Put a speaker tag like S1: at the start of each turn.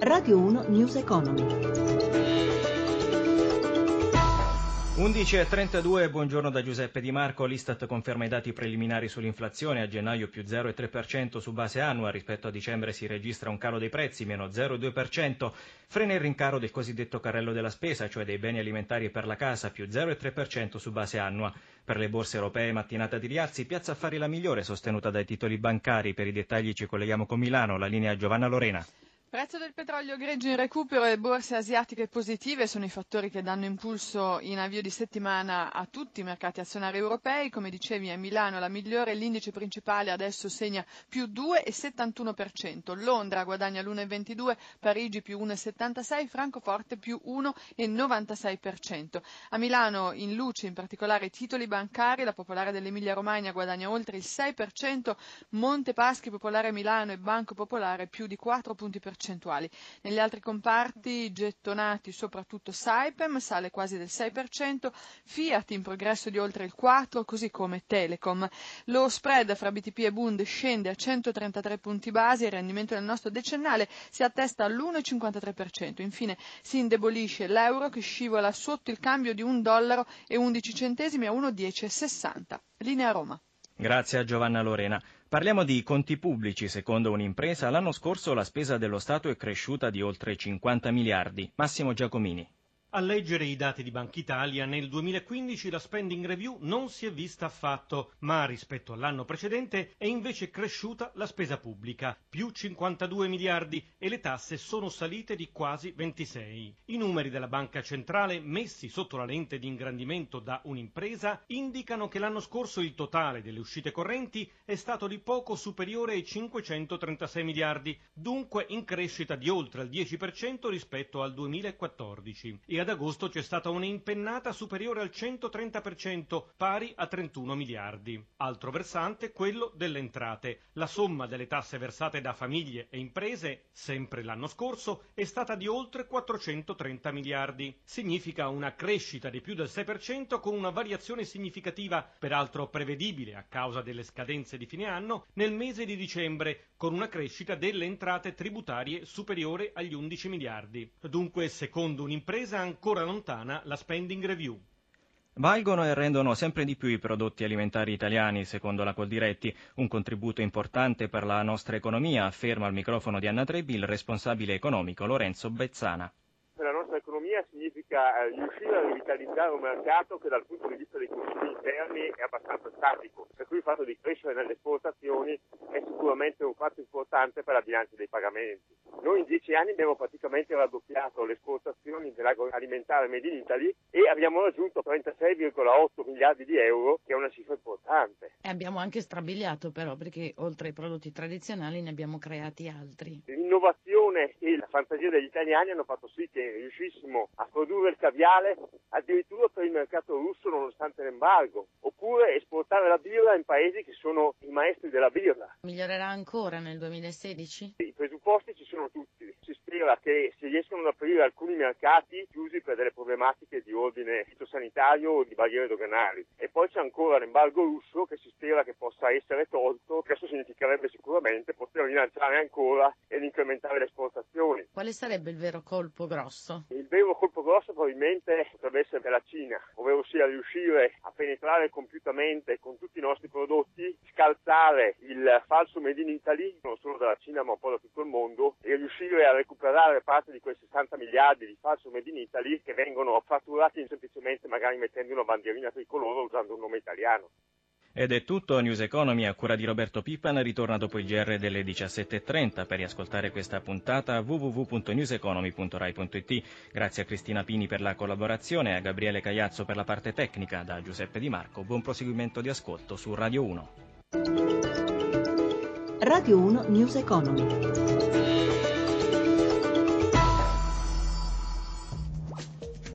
S1: Radio 1 News Economy.
S2: 11.32, buongiorno da Giuseppe Di Marco. L'Istat conferma i dati preliminari sull'inflazione, a gennaio più 0,3% su base annua, rispetto a dicembre si registra un calo dei prezzi, meno 0,2%, frena il rincaro del cosiddetto carrello della spesa, cioè dei beni alimentari per la casa, più 0,3% su base annua. Per le borse europee mattinata di rialzi, Piazza Affari la migliore, sostenuta dai titoli bancari. Per i dettagli ci colleghiamo con Milano, la linea Giovanna Lorena.
S3: Prezzo del petrolio greggio in recupero e borse asiatiche positive sono i fattori che danno impulso in avvio di settimana a tutti i mercati azionari europei. Come dicevi, a Milano la migliore, l'indice principale adesso segna più 2,71%, Londra guadagna l'1,22%, Parigi più 1,76%, Francoforte più 1,96%. A Milano in luce in particolare i titoli bancari, la Popolare dell'Emilia Romagna guadagna oltre il 6%, Monte Paschi, Popolare Milano e Banco Popolare più di 4 punti percentuali. Negli altri comparti gettonati soprattutto Saipem sale quasi del 6%, Fiat in progresso di oltre il 4%, così come Telecom. Lo spread fra BTP e Bund scende a 133 punti base e il rendimento del nostro decennale si attesta all'1,53%. Infine si indebolisce l'euro che scivola sotto il cambio di $1,11 a 1,1060. Linea Roma.
S2: Grazie a Giovanna Lorena. Parliamo di conti pubblici. Secondo un'impresa, l'anno scorso la spesa dello Stato è cresciuta di oltre 50 miliardi. Massimo Giacomini.
S4: A leggere i dati di Bankitalia, nel 2015 la spending review non si è vista affatto, ma rispetto all'anno precedente è invece cresciuta la spesa pubblica, più 52 miliardi, e le tasse sono salite di quasi 26. I numeri della Banca Centrale, messi sotto la lente di ingrandimento da un'impresa, indicano che l'anno scorso il totale delle uscite correnti è stato di poco superiore ai 536 miliardi, dunque in crescita di oltre il 10% rispetto al 2014. E ad agosto c'è stata un'impennata superiore al 130%, pari a 31 miliardi. Altro versante, quello delle entrate. La somma delle tasse versate da famiglie e imprese, sempre l'anno scorso, è stata di oltre 430 miliardi. Significa una crescita di più del 6% con una variazione significativa, peraltro prevedibile a causa delle scadenze di fine anno, nel mese di dicembre, con una crescita delle entrate tributarie superiore agli 11 miliardi. Dunque, secondo un'impresa, ancora lontana la spending review.
S2: Valgono e rendono sempre di più i prodotti alimentari italiani, secondo la Coldiretti, un contributo importante per la nostra economia, afferma al microfono di Anna Trebbi il responsabile economico Lorenzo Bezzana.
S5: Per la nostra economia significa riuscire a rivitalizzare un mercato che dal punto di vista dei consumi interni è abbastanza statico, per cui il fatto di crescere nelle esportazioni è sicuramente un fatto importante per la bilancia dei pagamenti. Noi in 10 anni abbiamo praticamente raddoppiato le esportazioni dell'agroalimentare Made in Italy e abbiamo raggiunto 36,8 miliardi di euro, che è una cifra importante.
S6: E abbiamo anche strabiliato però, perché oltre ai prodotti tradizionali ne abbiamo creati altri.
S5: L'innovazione e la fantasia degli italiani hanno fatto sì che riuscissimo a produrre il caviale addirittura per il mercato russo nonostante l'embargo, oppure esportare la birra in paesi che sono i maestri della birra.
S6: Migliorerà ancora nel 2016?
S5: I presupposti ci sono tutti. Si spera che si riescano ad aprire alcuni mercati chiusi per delle problematiche di ordine fitosanitario o di barriere doganali. E poi c'è ancora l'embargo russo che si spera che possa essere tolto. Questo significherebbe sicuramente poter rilanciare ancora ed incrementare le esportazioni.
S6: Quale sarebbe il vero colpo grosso?
S5: Il vero colpo grosso probabilmente potrebbe essere per la Cina, ovvero sia riuscire a penetrare compiutamente con tutti i nostri prodotti, scalzare il falso Made in Italy, non solo dalla Cina ma un po' da tutto il mondo, e riuscire a recuperare parte di quei 60 miliardi di falso Made in Italy che vengono fatturati semplicemente magari mettendo una bandierina tricolore usando un nome italiano.
S2: Ed è tutto. News Economy a cura di Roberto Pippan ritorna dopo il GR delle 17.30. Per riascoltare questa puntata www.newseconomy.rai.it. Grazie a Cristina Pini per la collaborazione e a Gabriele Cagliazzo per la parte tecnica. Da Giuseppe Di Marco, buon proseguimento di ascolto su Radio 1.
S1: Radio 1 News Economy.